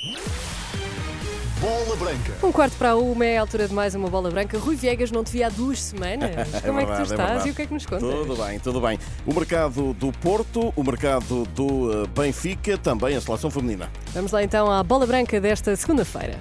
Bola Branca. 1:15 é a altura de mais uma Bola Branca. Rui Viegas, não te vi há 2 semanas. Como é que tu estás e o que é que nos contas? Tudo bem. O mercado do Porto, o mercado do Benfica, também a seleção feminina. Vamos lá então à Bola Branca desta segunda-feira.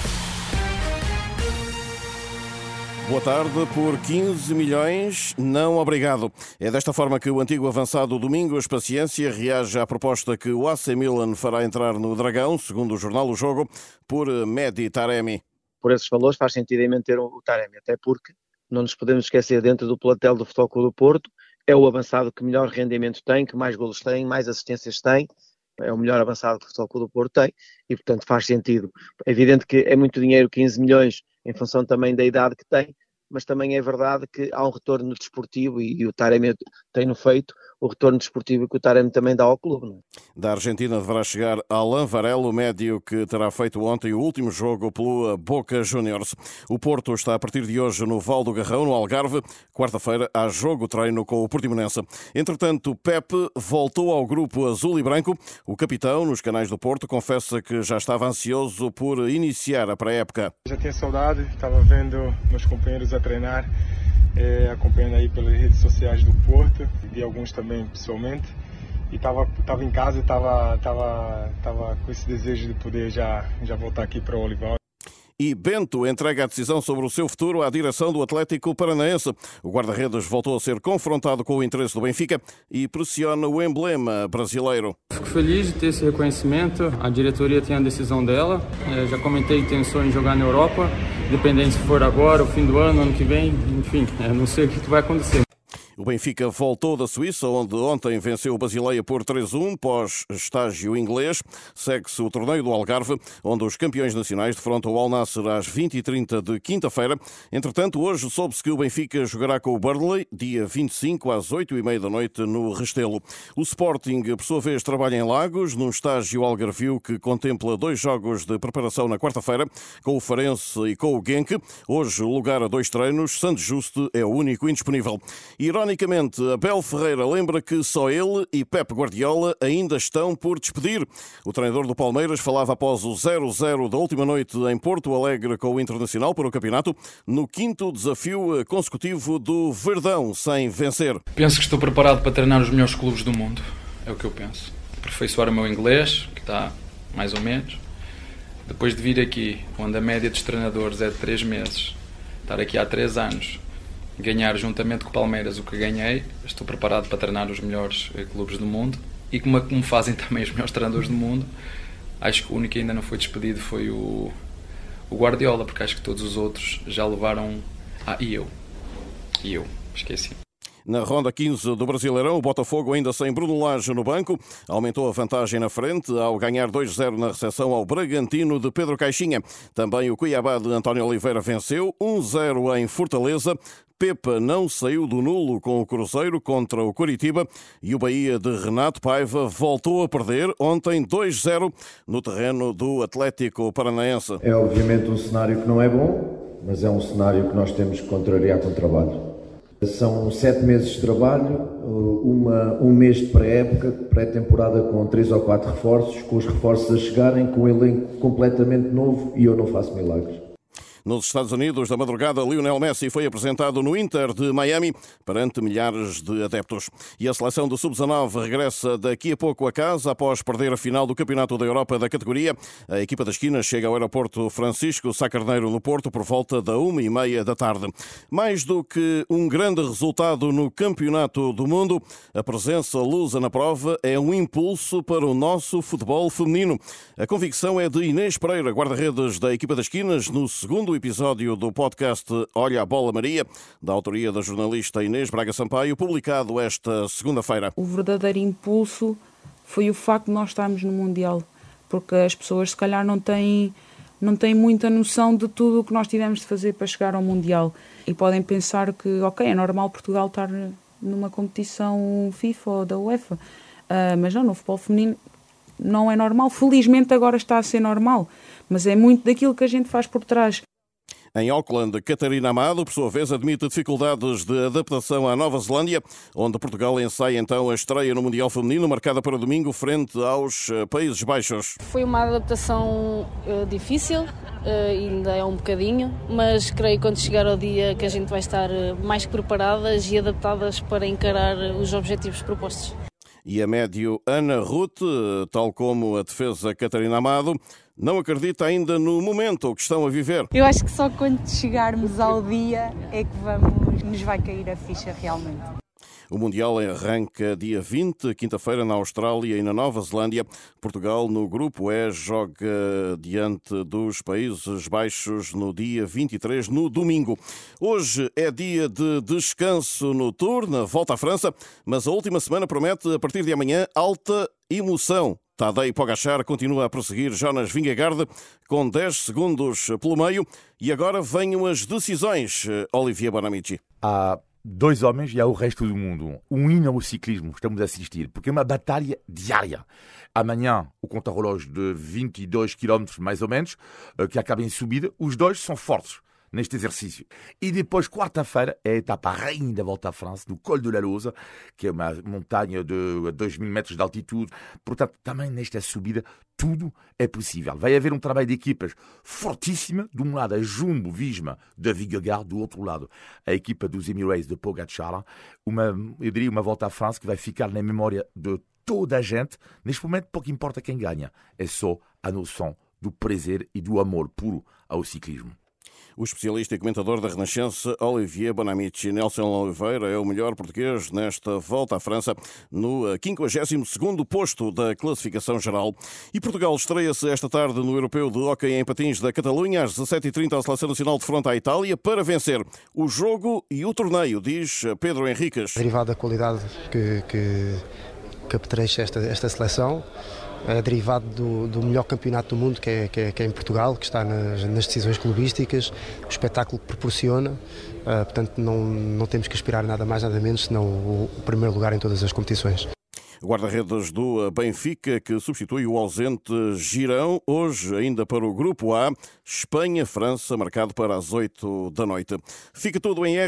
Boa tarde. Por 15 milhões, não obrigado. É desta forma que o antigo avançado Domingos Paciência reage à proposta que o AC Milan fará entrar no Dragão, segundo o jornal O Jogo, por Mehdi Taremi. Por esses valores faz sentido em manter o Taremi, até porque não nos podemos esquecer, dentro do plantel do Futebol Clube do Porto, é o avançado que melhor rendimento tem, que mais golos tem, mais assistências tem. É o melhor avançado que o Futebol Clube do Porto tem e, portanto, faz sentido. É evidente que é muito dinheiro, 15 milhões, em função também da idade que tem, mas também é verdade que há um retorno desportivo e o Taremi tem-no feito, o retorno desportivo que o Taremi também dá ao clube. Não é? Da Argentina deverá chegar Alain Varela, o médio que terá feito ontem o último jogo pelo Boca Juniors. O Porto está a partir de hoje no Val do Garrão, no Algarve. Quarta-feira há jogo-treino com o Portimonense. Entretanto, Pepe voltou ao grupo azul e branco. O capitão, nos canais do Porto, confessa que já estava ansioso por iniciar a pré-época. Já tinha saudade, estava vendo meus companheiros a treinar, acompanhando aí pelas redes sociais do Porto, vi alguns também pessoalmente, e estava em casa e estava com esse desejo de poder já voltar aqui para o Olival. E Bento entrega a decisão sobre o seu futuro à direção do Atlético Paranaense. O guarda-redes voltou a ser confrontado com o interesse do Benfica e pressiona o emblema brasileiro. Fico feliz de ter esse reconhecimento. A diretoria tem a decisão dela. Já comentei intenções de jogar na Europa, independente se for agora, o fim do ano que vem, enfim, não sei o que vai acontecer. O Benfica voltou da Suíça, onde ontem venceu o Basileia por 3-1, pós-estágio inglês. Segue-se o torneio do Algarve, onde os campeões nacionais defrontam o Al Nassr às 20h30 de quinta-feira. Entretanto, hoje soube-se que o Benfica jogará com o Burnley, dia 25, às 8h30 da noite, no Restelo. O Sporting, por sua vez, trabalha em Lagos, num estágio algarvio que contempla 2 jogos de preparação na quarta-feira, com o Farense e com o Genk. Hoje, lugar a 2 treinos, Santo Justo é o único indisponível. Ironicamente, Abel Ferreira lembra que só ele e Pep Guardiola ainda estão por despedir. O treinador do Palmeiras falava após o 0-0 da última noite em Porto Alegre com o Internacional para o campeonato, no 5º desafio consecutivo do Verdão, sem vencer. Penso que estou preparado para treinar os melhores clubes do mundo. É o que eu penso. Aperfeiçoar o meu inglês, que está mais ou menos. Depois de vir aqui, onde a média dos treinadores é de 3 meses, estar aqui há 3 anos, ganhar juntamente com o Palmeiras o que ganhei, estou preparado para treinar os melhores clubes do mundo e como fazem também os melhores treinadores do mundo. Acho que o único que ainda não foi despedido foi o Guardiola, porque acho que todos os outros já levaram... E eu, esqueci. Na ronda 15 do Brasileirão, o Botafogo, ainda sem Bruno Lage no banco, aumentou a vantagem na frente ao ganhar 2-0 na recepção ao Bragantino de Pedro Caixinha. Também o Cuiabá de António Oliveira venceu 1-0 em Fortaleza. Pepa não saiu do nulo com o Cruzeiro contra o Coritiba e o Bahia de Renato Paiva voltou a perder ontem 2-0 no terreno do Atlético Paranaense. É obviamente um cenário que não é bom, mas é um cenário que nós temos que contrariar com trabalho. São 7 meses de trabalho, um mês de pré-época, pré-temporada com 3 ou 4 reforços, com os reforços a chegarem, com um elenco completamente novo e eu não faço milagres. Nos Estados Unidos, da madrugada, Lionel Messi foi apresentado no Inter de Miami perante milhares de adeptos. E a seleção do Sub-19 regressa daqui a pouco a casa após perder a final do Campeonato da Europa da categoria. A equipa da esquina chega ao aeroporto Francisco Sá Carneiro no Porto por volta da 1h30 da tarde. Mais do que um grande resultado no Campeonato do Mundo, a presença lusa na prova é um impulso para o nosso futebol feminino. A convicção é de Inês Pereira, guarda-redes da equipa das esquinas, no segundo episódio do podcast Olha a Bola Maria, da autoria da jornalista Inês Braga Sampaio, publicado esta segunda-feira. O verdadeiro impulso foi o facto de nós estarmos no Mundial, porque as pessoas se calhar não têm muita noção de tudo o que nós tivemos de fazer para chegar ao Mundial e podem pensar que, ok, é normal Portugal estar numa competição FIFA ou da UEFA, mas não, no futebol feminino não é normal. Felizmente agora está a ser normal, mas é muito daquilo que a gente faz por trás. Em Auckland, Catarina Amado, por sua vez, admite dificuldades de adaptação à Nova Zelândia, onde Portugal ensaia então a estreia no Mundial Feminino, marcada para domingo, frente aos Países Baixos. Foi uma adaptação difícil, ainda é um bocadinho, mas creio que quando chegar ao dia que a gente vai estar mais preparadas e adaptadas para encarar os objetivos propostos. E a médio Ana Ruth, tal como a defesa Catarina Amado, não acredita ainda no momento que estão a viver. Eu acho que só quando chegarmos ao dia é que nos vai cair a ficha realmente. O Mundial arranca dia 20, quinta-feira, na Austrália e na Nova Zelândia. Portugal, no grupo E, joga diante dos Países Baixos no dia 23, no domingo. Hoje é dia de descanso no Tour, na volta à França, mas a última semana promete, a partir de amanhã, alta emoção. Tadej Pogačar continua a prosseguir Jonas Vingegaard com 10 segundos pelo meio. E agora venham as decisões, Olivier Bonamici. Dois homens e há o resto do mundo. Um hino ao ciclismo estamos a assistir, porque é uma batalha diária. Amanhã, o contra-relógio de 22 km, mais ou menos, que acaba em subida. Os dois são fortes neste exercício. E depois, quarta-feira, é a etapa rainha da Volta à França, no Col de la Loze, que é uma montanha de 2.000 metros de altitude. Portanto, também nesta subida, tudo é possível. Vai haver um trabalho de equipas fortíssima. De um lado, a Jumbo Visma de Vingegaard, do outro lado, a equipa dos Emirates de Pogačar. Eu diria uma Volta à França que vai ficar na memória de toda a gente. Neste momento, pouco importa quem ganha. É só a noção do prazer e do amor puro ao ciclismo. O especialista e comentador da Renascença, Olivier Bonamici. Nelson Oliveira é o melhor português nesta Volta à França, no 52º posto da classificação geral. E Portugal estreia-se esta tarde no Europeu de Hóquei em Patins da Catalunha. Às 17h30, a Seleção Nacional defronta a Itália para vencer o jogo e o torneio, diz Pedro Henriques. Derivado da qualidade que apetrecha esta seleção, é derivado do melhor campeonato do mundo, que é em Portugal, que está nas decisões clubísticas, o espetáculo que proporciona. Portanto, não temos que aspirar nada mais, nada menos, senão o primeiro lugar em todas as competições. Guarda-redes do Benfica, que substitui o ausente Girão, hoje ainda para o Grupo A, Espanha-França, marcado para as 8 da noite. Fica tudo em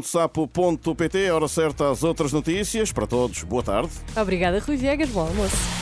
rr.sapo.pt, hora certa às outras notícias. Para todos, boa tarde. Obrigada, Rui Viegas. Bom almoço.